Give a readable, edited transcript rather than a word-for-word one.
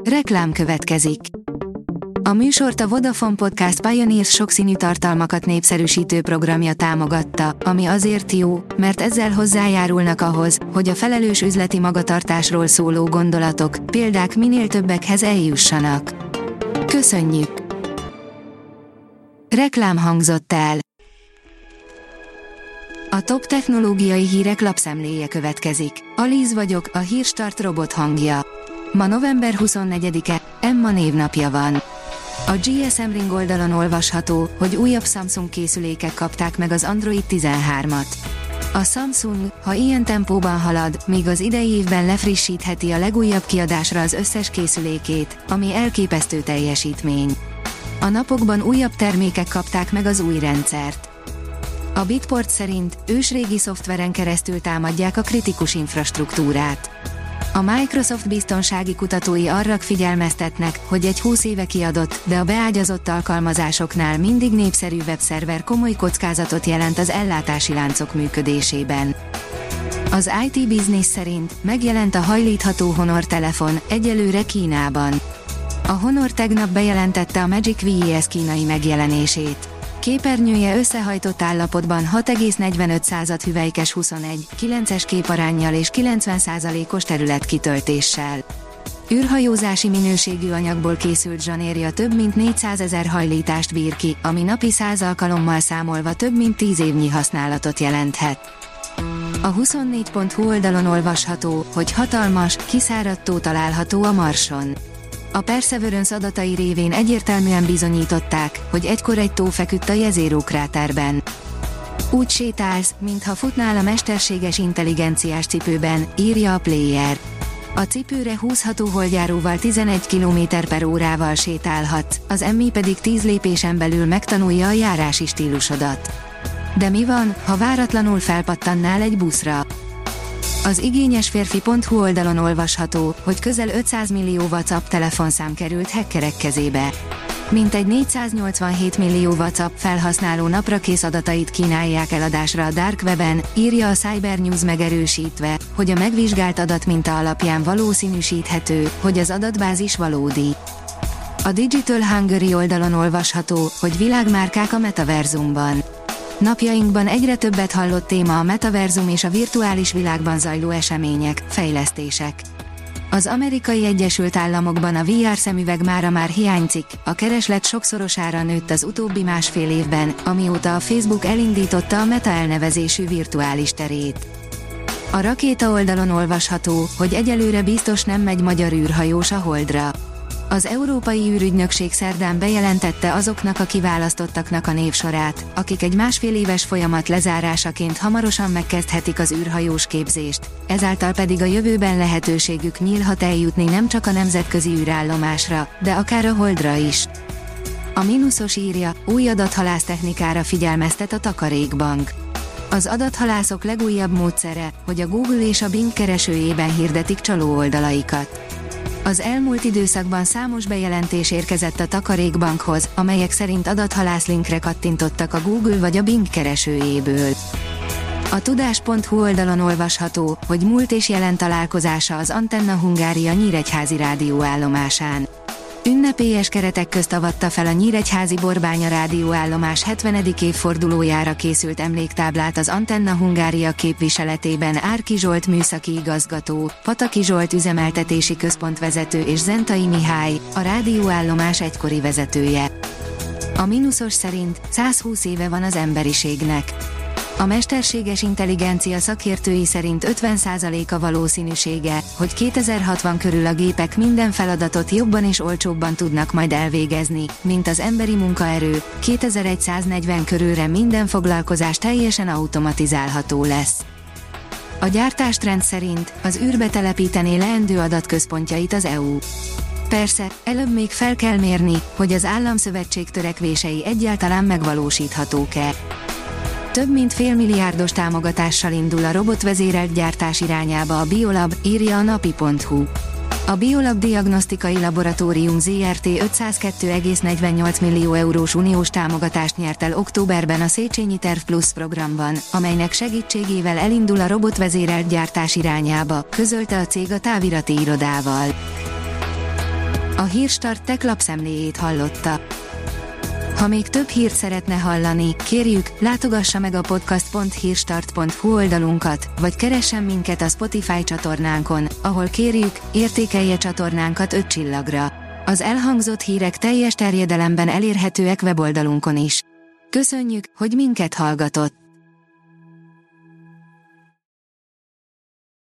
Reklám következik. A műsort a Vodafone Podcast Pioneers sokszínű tartalmakat népszerűsítő programja támogatta, ami azért jó, mert ezzel hozzájárulnak ahhoz, hogy a felelős üzleti magatartásról szóló gondolatok, példák minél többekhez eljussanak. Köszönjük! Reklám hangzott el. A top technológiai hírek lapszemléje következik. Alíz vagyok, a Hírstart robot hangja. Ma november 24-e, Emma névnapja van. A GSM Ring oldalon olvasható, hogy újabb Samsung készülékek kapták meg az Android 13-at. A Samsung, ha ilyen tempóban halad, még az idei évben lefrissítheti a legújabb kiadásra az összes készülékét, ami elképesztő teljesítmény. A napokban újabb termékek kapták meg az új rendszert. A Bitport szerint ősrégi szoftveren keresztül támadják a kritikus infrastruktúrát. A Microsoft biztonsági kutatói arra figyelmeztetnek, hogy egy 20 éve kiadott, de a beágyazott alkalmazásoknál mindig népszerű webszerver komoly kockázatot jelent az ellátási láncok működésében. Az IT Business szerint megjelent a hajlítható Honor telefon, egyelőre Kínában. A Honor tegnap bejelentette a Magic VES kínai megjelenését. Képernyője összehajtott állapotban 6,45 hüvelykes 21:9-es képaránnyal és 90%-os területkitöltéssel. Űrhajózási minőségű anyagból készült zsanérja több mint 400 000 hajlítást bír ki, ami napi 100 alkalommal számolva több mint 10 évnyi használatot jelenthet. A 24.hu oldalon olvasható, hogy hatalmas, kiszáradt tó található a Marson. A Perseverance adatai révén egyértelműen bizonyították, hogy egykor egy tó feküdt a Jezero kráterben. Úgy sétálsz, mintha futnál a mesterséges intelligenciás cipőben, írja a Player. A cipőre húzható holdjáróval 11 km/h sétálhatsz, az Emmy pedig 10 lépésen belül megtanulja a járási stílusodat. De mi van, ha váratlanul felpattannál egy buszra? Az igényesférfi.hu oldalon olvasható, hogy közel 500 millió WhatsApp telefonszám került hackerek kezébe. Mintegy 487 millió WhatsApp felhasználó naprakész adatait kínálják eladásra a Dark Weben, írja a Cybernews megerősítve, hogy a megvizsgált adatminta alapján valószínűsíthető, hogy az adatbázis valódi. A Digital Hungary oldalon olvasható, hogy világmárkák a metaverzumban. Napjainkban egyre többet hallott téma a metaverzum és a virtuális világban zajló események, fejlesztések. Az Amerikai Egyesült Államokban a VR szemüveg mára már hiányzik, a kereslet sokszorosára nőtt az utóbbi másfél évben, amióta a Facebook elindította a Meta elnevezésű virtuális terét. A Rakéta oldalon olvasható, hogy egyelőre biztos nem megy magyar űrhajós a Holdra. Az Európai űrügynökség szerdán bejelentette azoknak a kiválasztottaknak a névsorát, akik egy másfél éves folyamat lezárásaként hamarosan megkezdhetik az űrhajós képzést, ezáltal pedig a jövőben lehetőségük nyílhat eljutni nem csak a nemzetközi űrállomásra, de akár a Holdra is. A Minusos írja, új adathalász technikára figyelmeztet a Takarékbank. Az adathalászok legújabb módszere, hogy a Google és a Bing keresőjében hirdetik csaló oldalaikat. Az elmúlt időszakban számos bejelentés érkezett a Takarékbankhoz, amelyek szerint adathalász linkre kattintottak a Google vagy a Bing keresőjéből. A tudás.hu oldalon olvasható, hogy múlt és jelen találkozása az Antenna Hungária nyíregyházi rádióállomásán. Ünnepélyes keretek közt avatta fel a nyíregyházi Borbánya rádióállomás 70. évfordulójára készült emléktáblát az Antenna Hungária képviseletében Árki Zsolt műszaki igazgató, Pataki Zsolt üzemeltetési központvezető és Zentai Mihály, a rádióállomás egykori vezetője. A Minusos szerint 120 éve van az emberiségnek. A mesterséges intelligencia szakértői szerint 50% a valószínűsége, hogy 2060 körül a gépek minden feladatot jobban és olcsóbban tudnak majd elvégezni, mint az emberi munkaerő, 2140 körülre minden foglalkozás teljesen automatizálható lesz. A gyártástrend szerint az űrbe telepítené leendő adatközpontjait az EU. Persze, előbb még fel kell mérni, hogy az államszövetség törekvései egyáltalán megvalósíthatók-e. Több mint félmilliárdos támogatással indul a robotvezérelt gyártás irányába a Biolab, írja a napi.hu. A Biolab Diagnosztikai Laboratórium Zrt. 502,48 millió eurós uniós támogatást nyert el októberben a Széchenyi Terv Plus programban, amelynek segítségével elindul a robotvezérelt gyártás irányába, közölte a cég a távirati irodával. A Hírstart Tech lapszemléjét hallotta. Ha még több hírt szeretne hallani, kérjük, látogassa meg a podcast.hírstart.hu oldalunkat, vagy keressen minket a Spotify csatornánkon, ahol kérjük, értékelje csatornánkat 5 csillagra. Az elhangzott hírek teljes terjedelemben elérhetőek weboldalunkon is. Köszönjük, hogy minket hallgatott!